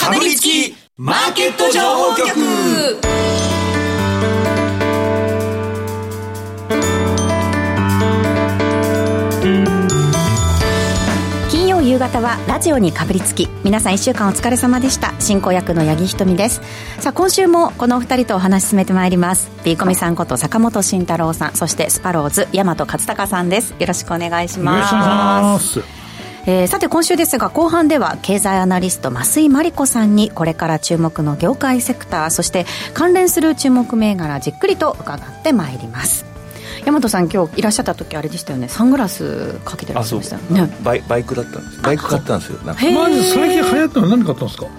かぶりつきマーケット情報局。 金曜夕方はラジオにかぶりつき、皆さん1週間お疲れ様でした。進行役の八木ひとみです。さあ今週もこのお二人とお話進めてまいります。ビーコミさんこと坂本慎太郎さん、そしてスパローズ大和勝孝さんです。よろしくお願いします。 よろしくお願いします。 さて今週ですが、後半では経済アナリスト増井真理子さんにこれから注目の業界セクター、そして関連する注目銘柄じっくりと伺ってまいります。大和さん、今日いらっしゃった時あれでしたよね、サングラスかけてらっしゃいましたね。 バイクだったんです。バイク買ったんですよ。なんかまず最近流行ったの何買ったんですか。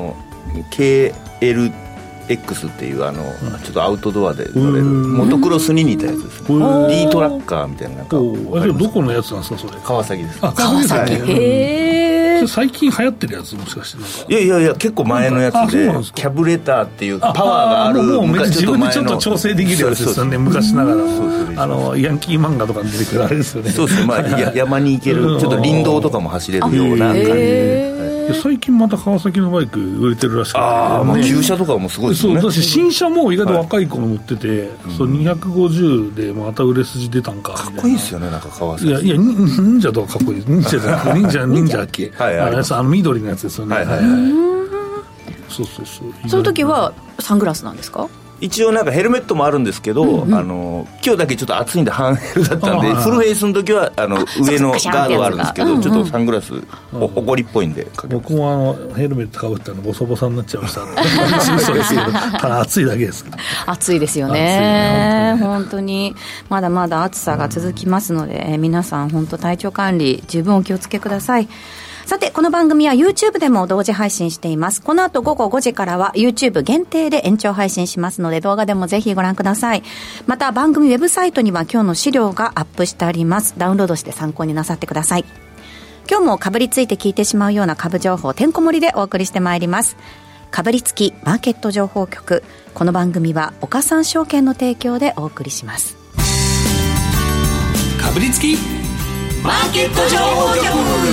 KLX っていうちょっとアウトドアで乗れるモトクロスに似たやつですね。 D トラッカーみたいな。 どこのやつなんですかそれ。 川崎です。 川崎、へー。 最近流行ってるやつもしかしてなんか。 いや結構前のやつでキャブレターっていうパワーがある。 もう自分でちょっと調整できるやつですよね。昔ながらヤンキー漫画とかに出てくるあれですよね。 そうですね、山に行けるちょっと林道とかも走れるような感じで。 最近また川崎のバイク売れてるらしくて、 旧車とかもすごいですね。 そうだし新車も意外と若い子の売ってて、そう250でまた売れ筋出たんかみたいな。 かっこいいですよね、なんか川崎。 いや忍者とかかっこいい。忍者じゃなくて忍者っけ、緑のやつですよね。そうその時はサングラスなんですか。 一応なんかヘルメットもあるんですけど、今日だけちょっと暑いんで半ヘルだったんで、フルフェイスの時は上のガードがあるんですけど、ちょっとサングラスほこりっぽいんでかけます。 僕もヘルメットかぶったのボソボソになっちゃいましたそうですけど、ただ暑いだけですから。 暑いですよね。本当にまだまだ暑さが続きますので、皆さん本当体調管理十分お気をつけください。さてこの番組は YouTube でも同時配信しています。この後午後5時からは YouTube 限定で延長配信しますので、動画でもぜひご覧ください。また番組ウェブサイトには今日の資料がアップしてあります。ダウンロードして参考になさってください。今日もかぶりついて聞いてしまうような株情報てんこ盛りでお送りしてまいります。かぶりつきマーケット情報局。この番組は岡三証券の提供でお送りします。 かぶりつきマーケット情報局。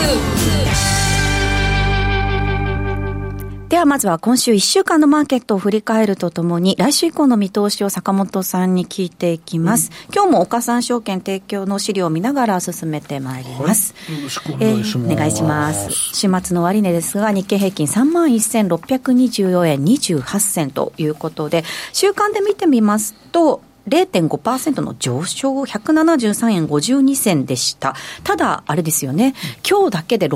ではまずは今週1週間のマーケットを振り返るとともに、来週以降の見通しを坂本さんに聞いていきます。今日も岡三証券提供の資料を見ながら進めてまいります。 よろしくお願いします。 お願いします。週末の終値ですが、日経平均 31,624 円28銭ということで、週間で見てみますと0.5% の上昇、173円52銭でした。ただあれですよね、今日だけで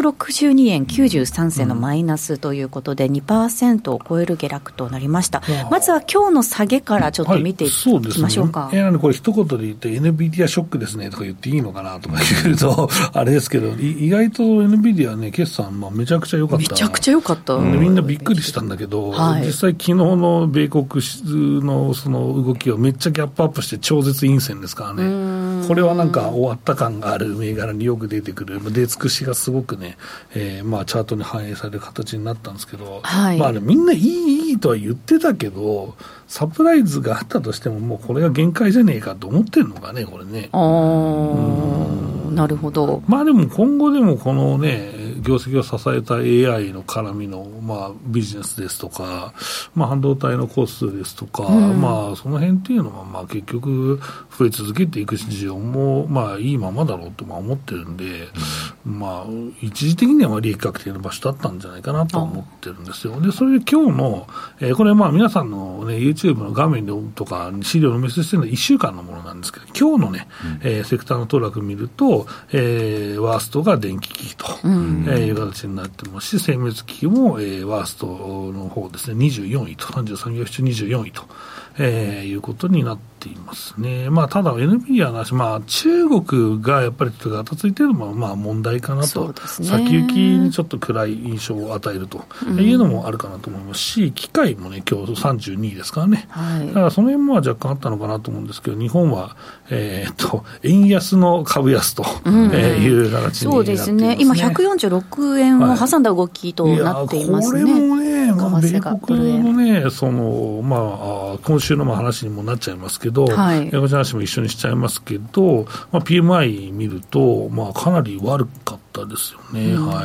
662円93銭のマイナスということで 2% を超える下落となりました。まずは今日の下げからちょっと見ていきましょうか。 これ一言で言って NVIDIA ショックですねとか言っていいのかなとか言うとあれですけど、意外と NVIDIA ね、決算めちゃくちゃ良かった。 めちゃくちゃ良かった。 みんなびっくりしたんだけど、実際昨日の米国のその動きをめっちゃギャップアップして超絶陰線ですからね。これはなんか終わった感がある銘柄によく出てくる出尽くしがすごくね、チャートに反映される形になったんですけど、みんないいとは言ってたけど、サプライズがあったとしてももうこれが限界じゃねえかと思ってるのかね、これね。 なるほど。 でも今後でもこのね、業績を支えた AI の絡みの、ビジネスですとか、半導体のコストですとか、その辺っていうのは結局増え続けていく需要もいいままだろうと思ってるんで、一時的には利益確定の場所だったんじゃないかなと思ってるんですよ。でそれで今日の、これ皆さんの、ね、YouTube の画面でとか資料のメッセージしてるのは1週間のものなんですけど、今日のね、セクターの騰落見ると、ワーストが電気機器と、いう形になってますし、精密機器も、ワーストの方ですね、24位と、33業種24位と、いうことになっていますね。ただ NVIDIA の話、中国がやっぱりガタついてるのも問題かなと、 そうですね、 先行きにちょっと暗い印象を与えるというのもあるかなと思いますし、機械もね今日32位ですからね、だからその辺も若干あったのかなと思うんですけど、日本は、円安の株安と、いう形になっていますね。 そうですね、今146円を挟んだ動きとなっていますね。 これもね、米国のね、今週週の話にもなっちゃいますけど、 はい、 こちらの話も一緒にしちゃいますけど、PMI 見ると、かなり悪かったですよね、はい、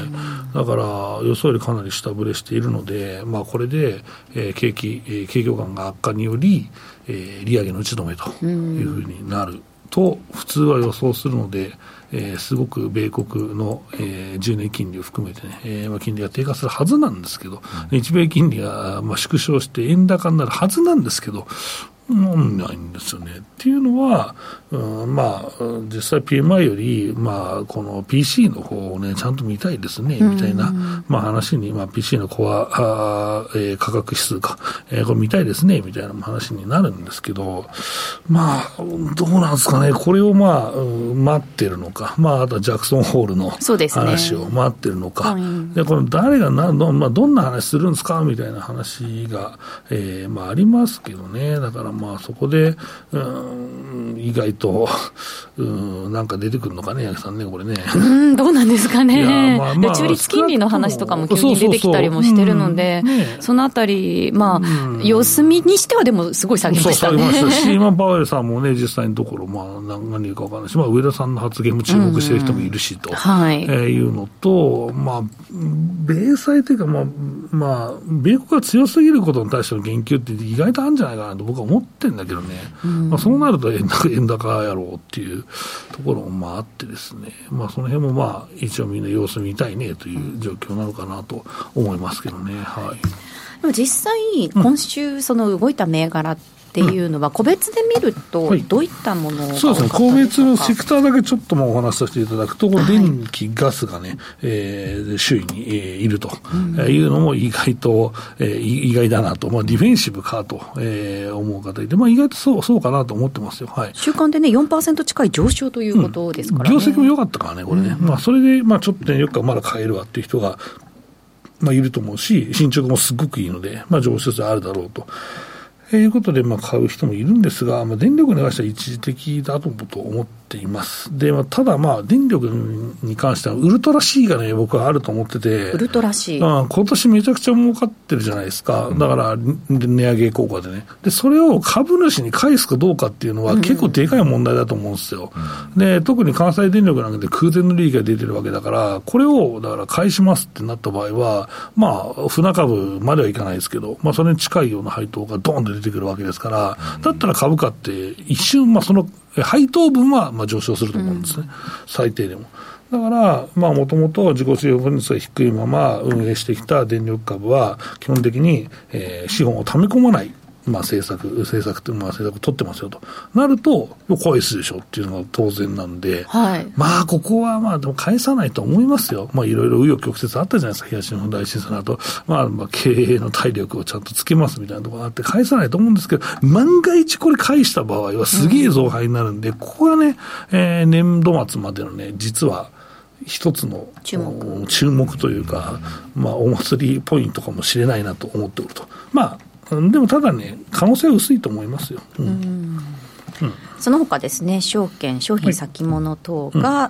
だから予想よりかなり下振れしているので、これで、景況感が悪化により、利上げの打ち止めというふうになると普通は予想するので、すごく米国の、10年金利を含めてね、金利が低下するはずなんですけど、日米金利が、縮小して円高になるはずなんですけど、なんないんですよね。っていうのは、実際 PMI より、この PC の方をね、ちゃんと見たいですね、みたいな、話に、PC のコア、価格指数か、これ見たいですね、みたいな話になるんですけど、どうなんですかね、これを待ってるのか、あとはジャクソンホールの話を待ってるのか、で、この誰がどんな話するんですか、みたいな話が、ありますけどね、だからそこで、意外と、なんか出てくるのかね、八木さんね、これね。 どうなんですかね。中立金利の話とかも急に出てきたりもしてるので、そのあたり、様子見にしてはでもすごい下げましたね。 下げましたし、パウエルさんもね、実際のところ、何言うか分からないし、上田さんの発言も注目してる人もいるし、というのと、米債というか、米国が強すぎることに対しての言及って意外とあるんじゃないかなと僕は思ってるんだけどね、そうなると円高やろうっていうところもあってですね、その辺も一応みんな様子見たいねという状況なのかなと思いますけどね。はい。 でも実際今週その動いた銘柄っていうのは個別で見るとどういったものが、 そうですね、個別のセクターだけちょっとお話しさせていただくと、電気、ガスがね、周囲に、いるというのも意外と、意外だなと、ディフェンシブかと、思う方いて、意外とそうかなと思ってますよ。はい。 週間でね 4% 近い上昇ということですからね。 業績も良かったからね、これね。それでちょっとよくまだ買えるわっていう人がいると思うし、進捗もすごくいいので、上昇性あるだろうと。いうことで、買う人もいるんですが、電力に関しては一時的だと思っています。で、ただ電力に関してはウルトラ C がね、僕はあると思ってて。 ウルトラ C。 今年めちゃくちゃ儲かってるじゃないですか。だから、値上げ効果でね。で、それを株主に返すかどうかっていうのは結構でかい問題だと思うんですよ。で、特に関西電力なんかで空前の利益が出てるわけだから、これを、だから返しますってなった場合は、船株まではいかないですけど、それに近いような配当がドーンと出てくるわけですから、だったら株価って一瞬、その配当分は上昇すると思うんですね、最低でも。だから、もともと自己資本分率が低いまま運営してきた電力株は、基本的に、資本を溜め込まない。政策って政策を取ってますよとなると返すでしょっていうのが当然なんで、ここはでも返さないと思いますよ。いろいろ紆余曲折あったじゃないですか。東日本大震災の後、経営の体力をちゃんとつけますみたいなところがあって返さないと思うんですけど、万が一これ返した場合はすげえ増配になるんで、ここがね、年度末までのね、実は一つの注目というか、お祭りポイントかもしれないなと思っておると。でもただね、可能性は薄いと思いますよ。 その他ですね、証券、商品先物等が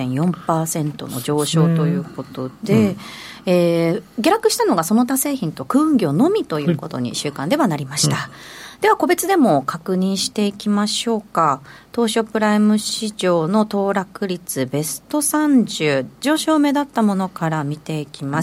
3.4% の上昇ということで、下落したのがその他製品と空運業のみということに週間ではなりました。では個別でも確認していきましょうか。東証プライム市場の騰落率ベスト30、上昇目立ったものから見ていきます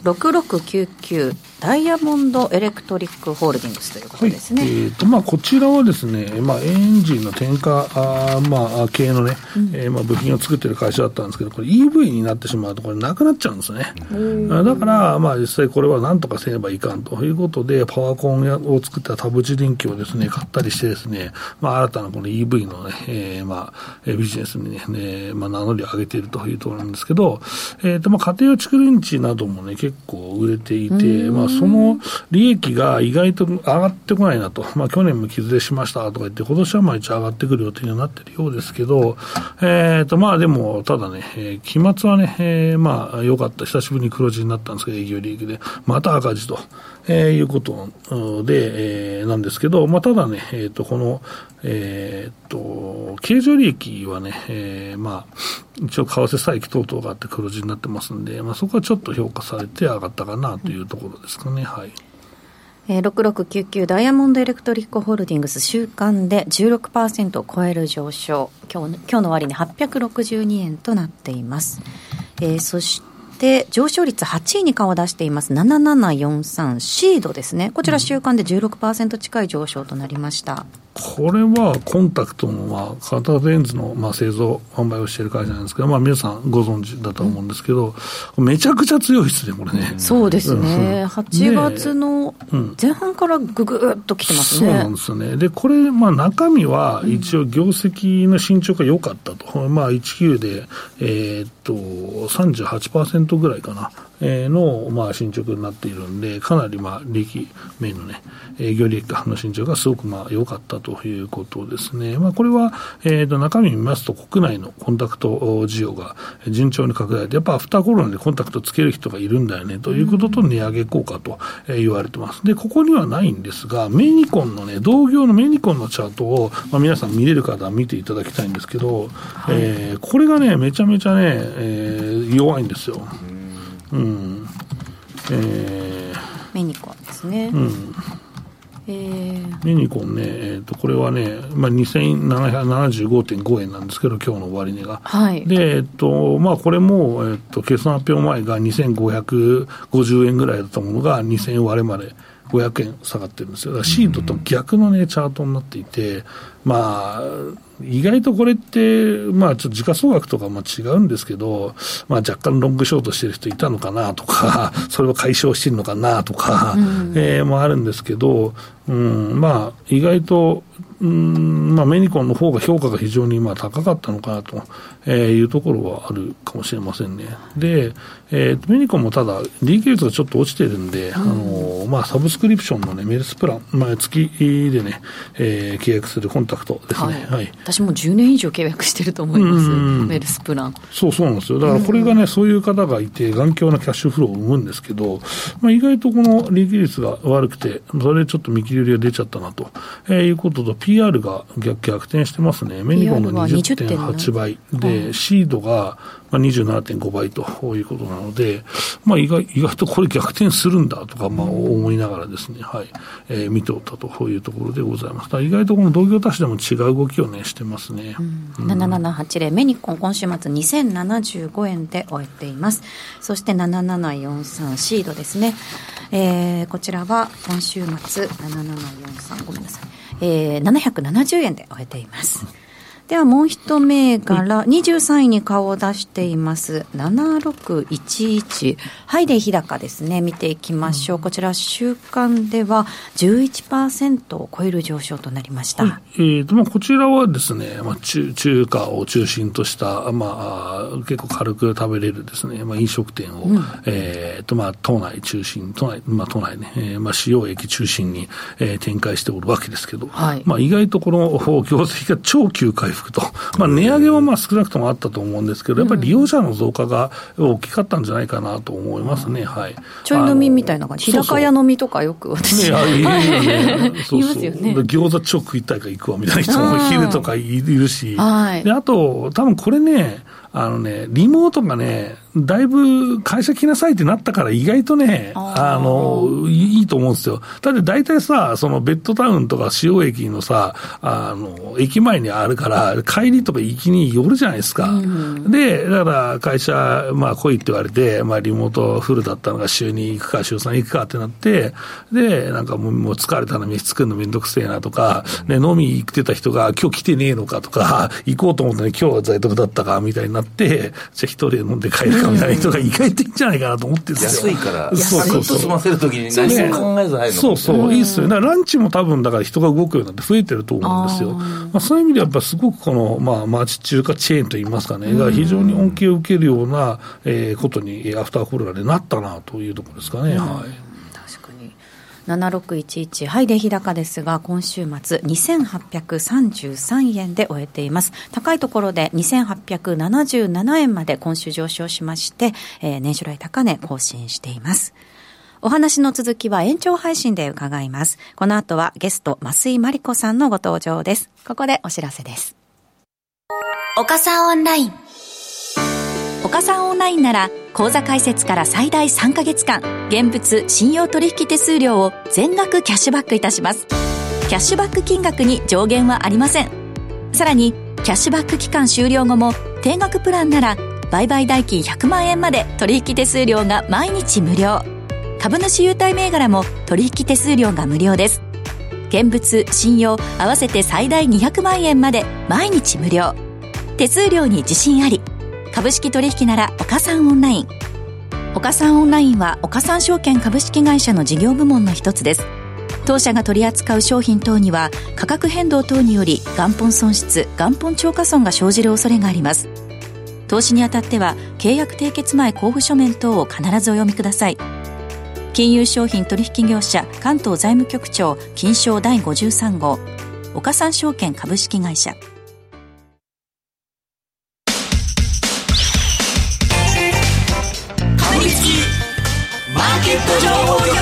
。6699ダイヤモンドエレクトリックホールディングスということですね。 こちらはですね、エンジンの点火系のね、部品を作ってる会社だったんですけど、これ EV になってしまうとこれなくなっちゃうんですね。だから実際これは何とかせねばいかんということで、パワコンを作った田淵電機をですね買ったりしてですね、新たなこの EV のね、ビジネスにね、名乗りを上げているというところなんですけど、家庭用蓄電池などもね結構売れていて、その利益が意外と上がってこないなと、去年も傷でしましたとか言って、今年は一応上がってくる予定になっているようですけど、でもただね、期末はね、良かった、久しぶりに黒字になったんですけど、営業利益でまた赤字と、いうことで、なんですけど、ただね、この経常利益はね、一応為替差益等々があって黒字になってますんで、そこはちょっと評価されて上がったかなというところですかね。はい。 6699ダイヤモンドエレクトリックホールディングス週間で 16% を超える上昇、今日の終値862円となっています。そして上昇率8位に顔を出しています7743シードですね。こちら週間で 16% 近い上昇となりました。 これはコンタクトのカタレンズの製造販売をしている会社なんですけど、皆さんご存知だと思うんですけど、めちゃくちゃ強いですね、これね。 そうですね、8月の前半からぐぐっと来てますね。 そうなんですよね。でこれ、中身は一応業績の進捗が良かったと、19で、38% ぐらいかなの、進捗になっているんで、かなり利益面のね、営業利益の進捗がすごく良かったということですね。これは、中身見ますと、国内のコンタクト需要が順調に拡大で、やっぱアフターコロナでコンタクトつける人がいるんだよねということと、値上げ効果と言われてます。で、ここにはないんですが、メニコンのね、同業のメニコンのチャートを、皆さん見れる方は見ていただきたいんですけど、これがね、めちゃめちゃね、弱いんですよ。 メニコンですね。 メニコンね、これはね、2775.5 円なんですけど、今日の終値が。 はい。 で、これも、決算発表前が2550円ぐらいだったものが2000円割れまで500円下がってるんですよ。だからシードと逆のね、チャートになっていて、意外とこれって、ちょっと時価総額とかも違うんですけど、若干ロングショートしてる人いたのかなとか、それを解消してるのかなとか、もあるんですけど、意外と、メニコンの方が評価が非常に高かったのかなというところはあるかもしれませんね。で、メニコンもただ利益率がちょっと落ちてるんで、サブスクリプションのね、メルスプラン、月でね、契約するコンタクトですね。はい。 私も10年以上契約してると思います。メルスプラン。 そうなんですよ。だからこれがね、そういう方がいて、頑強なキャッシュフローを生むんですけど、意外とこの利益率が悪くて、それでちょっと見切り売りが出ちゃったなと、いうことと、PR が逆転してますね。メニコンの 20.8 倍で、シードが27.5 倍ということなので、意外とこれ逆転するんだとか、思いながらですね、見ておったというところでございます。意外とこの同業他社でも違う動きをね、してますね。 7780メニコン今週末2075円で終えています。そして7743シードですね。こちらは今週末7743ごめんなさい。770円で終えています。ではもう一銘柄、23位に顔を出しています7611ハイデ日高ですね、見ていきましょう。こちら週間では 11% を超える上昇となりました。 こちらはですね、中華を中心とした、結構軽く食べれるですね、飲食店を、都内中心、都内ね、主要駅中心に、展開しておるわけですけど、意外とこの業績が超急回復と、値上げは少なくともあったと思うんですけど、やっぱり利用者の増加が大きかったんじゃないかなと思いますね。 ちょい飲みみたいな感じ、日高屋飲みとかよく私、言いますよね。 餃子超食いたいから行くわみたいな人も昼とかいるし、であと多分これね、リモートがね、だいぶ会社来なさいってなったから意外とね、いいと思うんですよ。だって大体さ、そのベッドタウンとか主要駅のさ、駅前にあるから、帰りとか行きに寄るじゃないですか。で、だから会社、来いって言われて、リモートフルだったのが週2行くか週3行くかってなって、で、なんかもう疲れたな、飯作るのめんどくせえなとか、ね、飲み行ってた人が今日来てねえのかとか、行こうと思ったのに今日は在宅だったかみたいになって、じゃあ一人で飲んで帰るかみたいな人が意外といいんじゃないかなと思ってるんですよ。 安いから、済ませるときに何も考えず入るの。 いいっすよ。だからランチも多分だから人が動くようになって増えてると思うんですよ。そういう意味ではやっぱすごくこの、町中華チェーンといいますかね、が非常に恩恵を受けるような、ことにアフターコロナでなったなというところですかね。 7611ハイデ日高ですが、今週末2833円で終えています。高いところで2877円まで今週上昇しまして、年初来高値更新しています。お話の続きは延長配信で伺います。この後はゲスト増井真理子さんのご登場です。ここでお知らせです。 岡さんオンライン岡三オンラインなら口座開設から最大3ヶ月間現物信用取引手数料を全額キャッシュバックいたします。キャッシュバック金額に上限はありません。さらにキャッシュバック期間終了後も定額プランなら売買代金100万円まで取引手数料が毎日無料。株主優待銘柄も取引手数料が無料です。現物信用合わせて最大200万円まで毎日無料。手数料に自信あり。株式取引なら岡三オンライン。岡三オンラインは岡三証券株式会社の事業部門の一つです。当社が取り扱う商品等には価格変動等により元本損失元本超過損が生じる恐れがあります。投資にあたっては契約締結前交付書面等を必ずお読みください。金融商品取引業者関東財務局長金商第53号岡三証券株式会社。 株式マーケット情報局。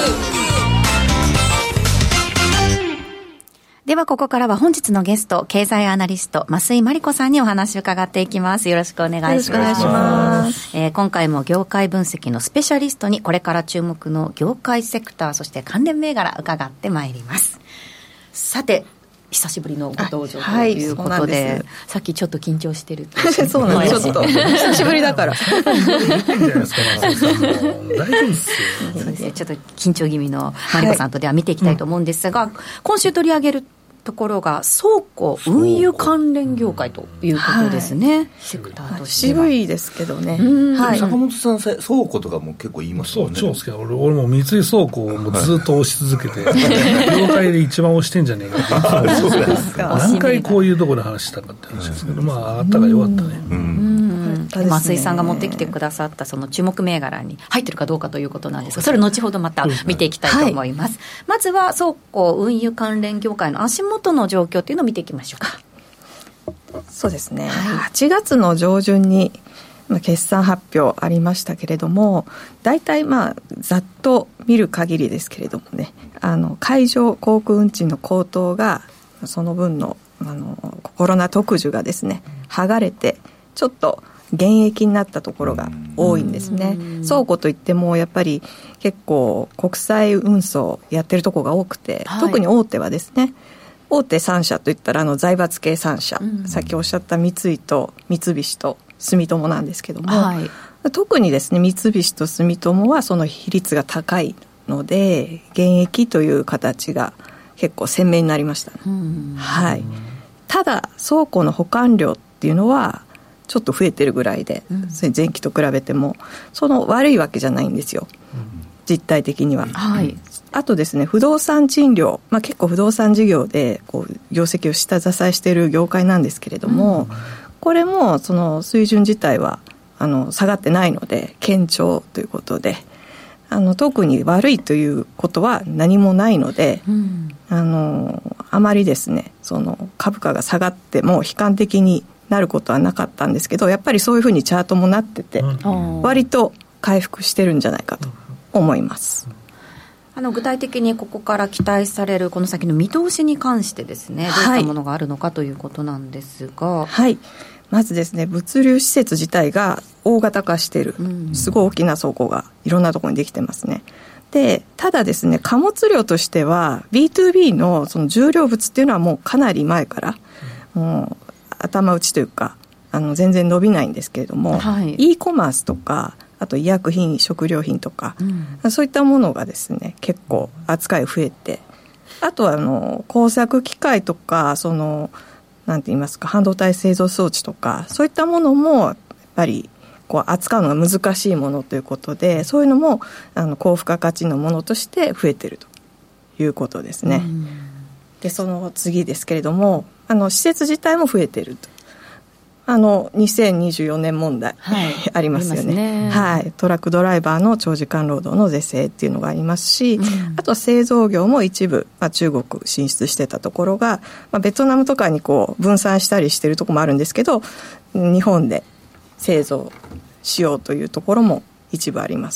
ではここからは本日のゲスト経済アナリスト増井真理子さんにお話を伺っていきます。よろしくお願いします。 よろしくお願いします。 今回も業界分析のスペシャリストにこれから注目の業界セクターそして関連銘柄伺ってまいります。さて久しぶりのご登場ということで、さっきちょっと緊張してるってそうなんです。ちょっと久しぶりだから大丈夫ですよ。 そうですね。ちょっと緊張気味のマリコさんとでは見ていきたいと思うんですが、今週取り上げるところが倉庫運輸関連業界ということですね。セクターとしては渋いですけどね。 坂本さん倉庫とかも結構言いますよね。 そう超好きだ。俺も三井倉庫をもうずっと押し続けて業界で一番押してんじゃねえかってそうですか。何回こういうところで話したかって話ですけど、まああったがよかったね。 増井さんが持ってきてくださったその注目銘柄に入ってるかどうかということなんですが、それ後ほどまた見ていきたいと思います。まずは倉庫運輸関連業界の足元の状況というのを見ていきましょうか。 そうですね、8月の上旬に決算発表ありましたけれども、大体ざっと見る限りですけれどもね、海上航空運賃の高騰がその分のコロナ特需がですね剥がれてちょっと減益になったところが多いんですね。倉庫といってもやっぱり結構国際運送やってるところが多くて、特に大手はですね、大手3社といったら財閥系3社、さっきおっしゃった三井と三菱と住友なんですけども、特にですね三菱と住友はその比率が高いので減益という形が結構鮮明になりました。ただ倉庫の保管量っていうのはちょっと増えてるぐらいで、それ前期と比べてもその悪いわけじゃないんですよ、実態的には。あとですね、不動産賃料、結構不動産事業でこう業績を下支えしている業界なんですけれども、これもその水準自体は下がってないので堅調ということで、特に悪いということは何もないので、あまりですねその株価が下がっても悲観的になることはなかったんですけど、やっぱりそういうふうにチャートもなってて、割と回復してるんじゃないかと思います。 具体的にここから期待されるこの先の見通しに関してですね、どういったものがあるのかということなんですが、 まずですね、物流施設自体が大型化している、すごい大きな倉庫がいろんなところにできてますね。でただですね、貨物量としては B2B のその重量物っていうのはもうかなり前からもう頭打ちというか全然伸びないんですけれども、e コマースとかあと医薬品食料品とか、そういったものがですね結構扱い増えて、あとは工作機械とかなんて言いますか、半導体製造装置とかそういったものもやっぱりこう扱うのが難しいものということで、そういうのも高付加価値のものとして増えているということですね。でその次ですけれども、施設自体も増えていると。2024年問題、ありますよね。トラックドライバーの長時間労働の是正っていうのがありますし、あとは製造業も一部、中国進出してたところが、ベトナムとかにこう分散したりしてるところもあるんですけど、日本で製造しようというところも一部あります。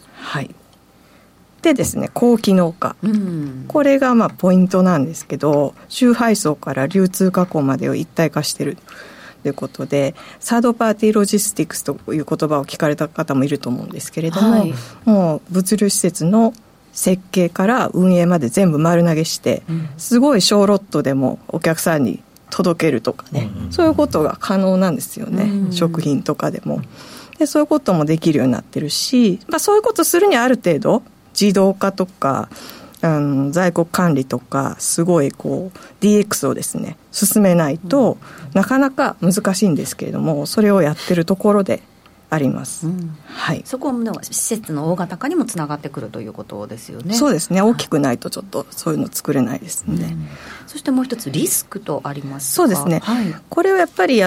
でですね、高機能化、これがポイントなんですけど、集配送から流通加工までを一体化している。 ということで、サードパーティーロジスティクスという言葉を聞かれた方もいると思うんですけれども、はい、もう物流施設の設計から運営まで全部丸投げして、すごい小ロットでもお客さんに届けるとかね、そういうことが可能なんですよね、食品とかでも。でそういうこともできるようになってるし、そういうことするにはある程度自動化とか在庫管理とかすごいDX をですね進めないと、なかなか難しいんですけれども、それをやってるところであります、はい、 そこの施設の大型化にもつながってくるということですよね。 そうですね、大きくないとちょっとそういうの作れないですので、 そしてもう一つリスクとありますか。 そうですね、はい、これはやっぱり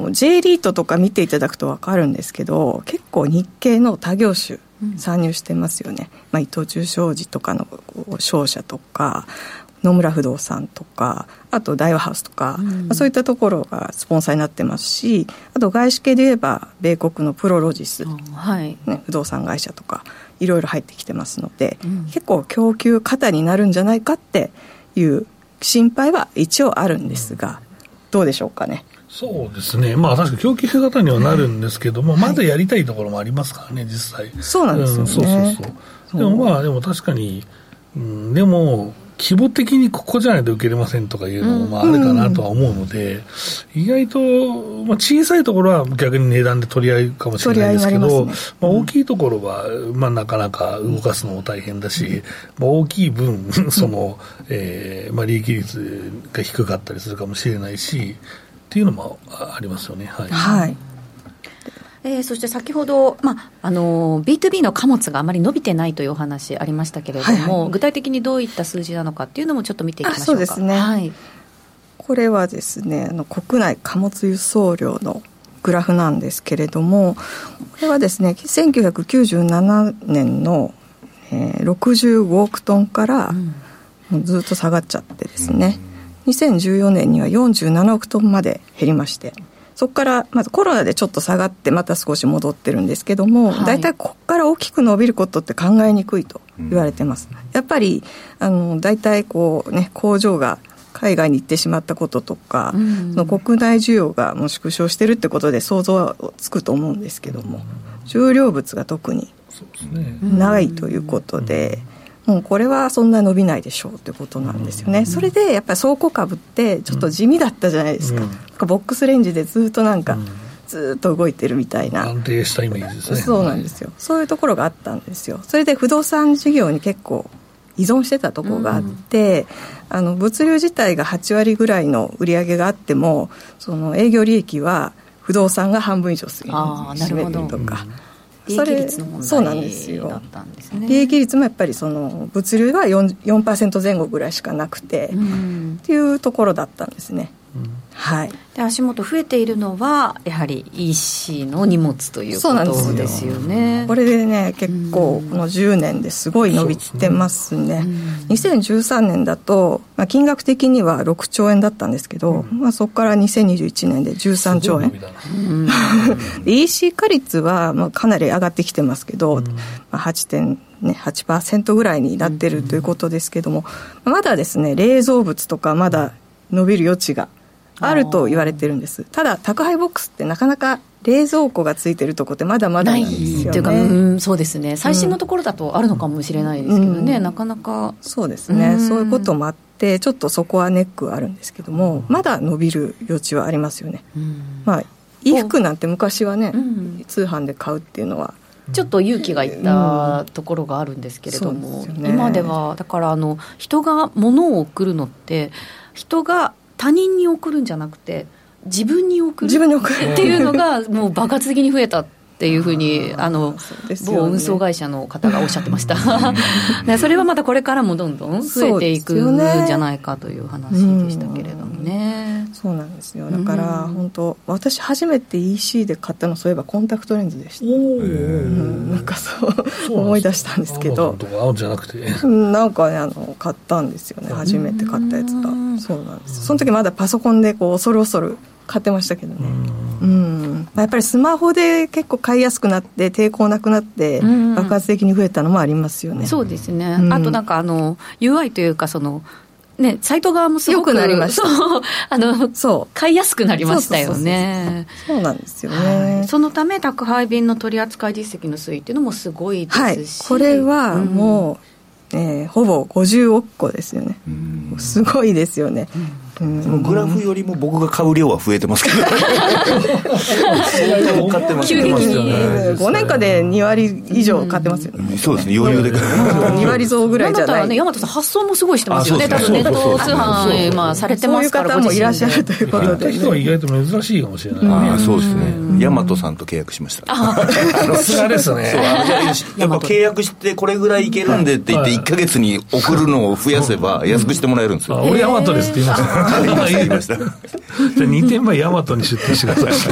J リートとか見ていただくと分かるんですけど、結構日系の他業種参入してますよね、伊藤忠商事とかの商社とか野村不動産とか、あと大和ハウスとか、そういったところがスポンサーになってますし、あと外資系で言えば米国のプロロジス、はいね、不動産会社とかいろいろ入ってきてますので、結構供給過多になるんじゃないかっていう心配は一応あるんですが、どうでしょうかね。 そうですね、確かに供給型にはなるんですけども、まだやりたいところもありますからね、実際。 そうなんですよね。 でもでも確かに、でも規模的にここじゃないと受けれませんとかいうのもあるかなとは思うので、意外と、小さいところは逆に値段で取り合いかもしれないですけど、大きいところは、なかなか動かすのも大変だし、大きい分その、利益率が低かったりするかもしれないしっていうのもありますよね。はい、はい。 そして先ほど、B2B の貨物があまり伸びてないというお話ありましたけれども、具体的にどういった数字なのかっていうのもちょっと見ていきましょうか。 そうですね、はい、これはですね国内貨物輸送量のグラフなんですけれども、これはですね1997年の、65億トンからずっと下がっちゃってですね、2014年には47億トンまで減りまして、そこからまずコロナでちょっと下がってまた少し戻ってるんですけども、だいたいここから大きく伸びることって考えにくいと言われてます、やっぱりだいたい工場が海外に行ってしまったこととか、その国内需要がもう縮小してるってことで想像はつくと思うんですけども、重量物が特にないということで、もうこれはそんな伸びないでしょうということなんですよね。それでやっぱり倉庫株ってちょっと地味だったじゃないですか、ボックスレンジでずっとずっと動いてるみたいな安定したイメージですね。 そうなんですよ、そういうところがあったんですよ。それで不動産事業に結構依存してたところがあって、物流自体が8割ぐらいの売り上げがあっても、その営業利益は不動産が半分以上占めてるとか、 利益率の問題だったんですね。 利益率もやっぱりその物流は 4% 前後ぐらいしかなくて、っていうところだったんですね。はい、 で足元増えているのはやはり EC の荷物ということですよね。 これでね結構この10年ですごい伸びてますね。2013年だと、金額的には6兆円だったんですけど、そこから2021年で13兆円、EC 化率はかなり上がってきてますけど、8% ぐらいになってるということですけども、まだですね冷蔵物とかまだ伸びる余地があると言われてるんです。ただ宅配ボックスってなかなか冷蔵庫がついてるとこってまだまだなんですよね。 というか、そうですね、最新のところだとあるのかもしれないですけどね、なかなか。 そうですね、そういうこともあってちょっとそこはネックはあるんですけども、まだ伸びる余地はありますよね。衣服なんて昔はね、通販で買うっていうのはちょっと勇気がいったところがあるんですけれども、今ではだから人が物を送るのって人が他人に送るんじゃなくて自分に送るっていうのがもう爆発的に増えたっていうふうに某運送会社の方がおっしゃってましたそれはまたこれからもどんどん増えていくんじゃないかという話でしたけれどもね。 そうなんですよ。だから本当私初めて EC で買ったのそういえばコンタクトレンズでした。なんかそう思い出したんですけど、 青じゃなくてなんかね買ったんですよね、初めて買ったやつが。そうなんです。その時まだパソコンで恐る恐る買ってましたけどね。やっぱりスマホで結構買いやすくなって抵抗なくなって爆発的に増えたのもありますよね。 そうですね、あとなんかUI というかね、サイト側もすごく良くなりました。 そう買いやすくなりましたよね。 そうなんですよね、 はい、そのため宅配便の取扱実績の推移っていうのもすごいですし、 はい、これはもう、ほぼ50億個ですよね。すごいですよね。 そのグラフよりも僕が買う量は増えてますけど買ってます急激に 5年間で2割以上買ってますよね。 そうですね、余裕で 2割増ぐらいじゃない。 大和さん発送もすごいしてますよね。多分ネット通販されてますから、 そういう方もいらっしゃるということで、 人は意外と珍しいかもしれないね。 そうですね、大和さんと契約しました。 さすがですね。 やっぱ契約してこれぐらいいけるんでって言って1ヶ月に送るのを増やせば安くしてもらえるんですよ。 俺大和ですって言いました言いました。じゃあ 2点前大和に出店してくださ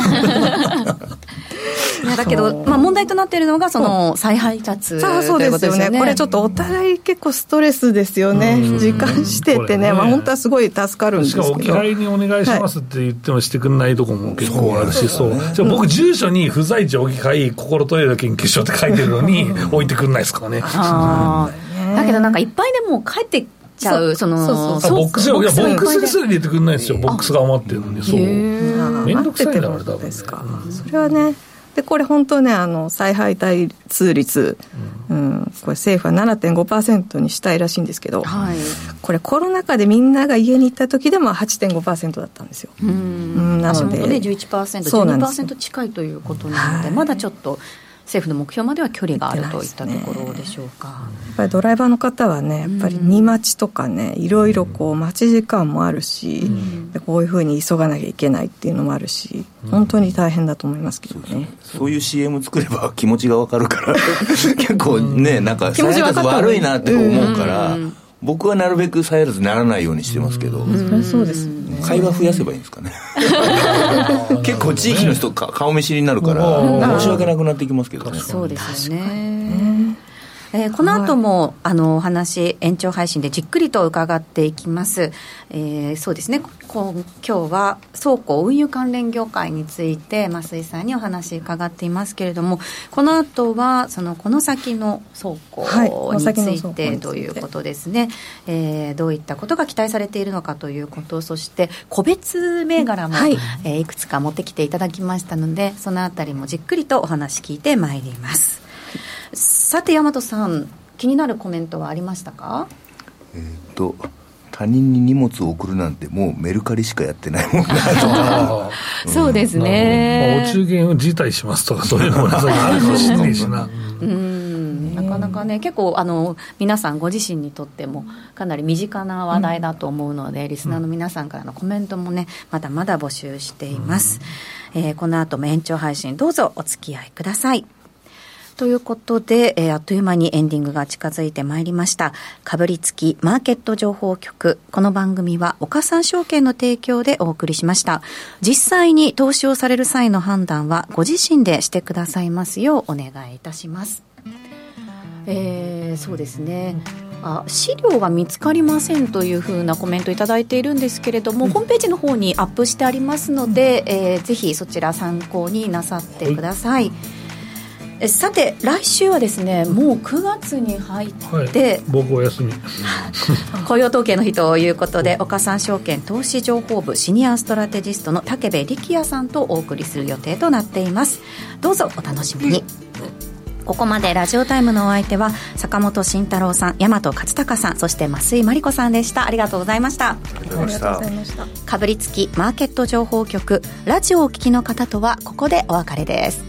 い。 だけど、問題となっているのがその再配達ということですよね。 これちょっとお互い結構ストレスですよね。時間指定ってね、本当はすごい助かるんですけど、 しかもお嫌いにお願いしますって言ってもしてくんないとこも結構あるし、じゃあ僕住所に不在地置き換え心トレード研究所って書いてるのに置いてくんないですからね。 だけどなんかいっぱいでもう帰ってちゃう、ボックスにすら入れてくんないですよ。ボックスが余ってるのに。そうめんどくさいんだから多分ね。 それはね。でこれ本当ね、再配達率、これ政府は 7.5% にしたいらしいんですけど、はい、これコロナ禍でみんなが家に行った時でも 8.5% だったんですよ。なので、 ね、11%、12% 近いということなので、まだちょっと政府の目標までは距離があるといったところでしょうか。やっぱりドライバーの方はね、やっぱり荷待ちとかね、いろいろこう待ち時間もあるし、でこういうふうに急がなきゃいけないっていうのもあるし、本当に大変だと思いますけどね。 そういう CM 作れば気持ちがわかるから結構ね、なんか再配達悪いなって思うから、僕はなるべく再配達にならないようにしてますけど、 それはそうですよね。 会話増やせばいいんですかね結構地域の人顔見知りになるから申し訳なくなってきますけどね。 そうですよね。この後もお話延長配信でじっくりと伺っていきます。そうですね、今日は倉庫運輸関連業界について増井さんにお話伺っていますけれども、この後はこの先の倉庫についてということですね。どういったことが期待されているのかということ、そして個別銘柄も、いくつか持ってきていただきましたので、そのあたりもじっくりとお話聞いてまいります。さて大和さん、気になるコメントはありましたか？ 他人に荷物を送るなんてもうメルカリしかやってないもんなとかそうですね、 お中元を辞退しますとかそういうのもあるかもしれないしななかなかね、結構皆さんご自身にとってもかなり身近な話題だと思うので、リスナーの皆さんからのコメントもね、まだまだ募集しています。この後も延長配信どうぞお付き合いください。ということで、あっという間にエンディングが近づいてまいりました。かぶりつきマーケット情報局。この番組は岡三証券の提供でお送りしました。実際に投資をされる際の判断はご自身でしてくださいますようお願いいたします。そうですね、資料が見つかりませんというふうなコメントいただいているんですけれども、ホームページの方にアップしてありますので、ぜひそちら参考になさってください。さて来週はですね、もう9月に入って、 僕お休み雇用統計の日ということで、岡三証券投資情報部シニアストラテジストの武部力也さんとお送りする予定となっています。どうぞお楽しみに。ここまでラジオタイムのお相手は坂本慎太郎さん、大和勝孝さん、そして増井真理子さんでした。ありがとうございました。 ありがとうございました。 かぶりつきマーケット情報局、ラジオをお聞きの方とはここでお別れです。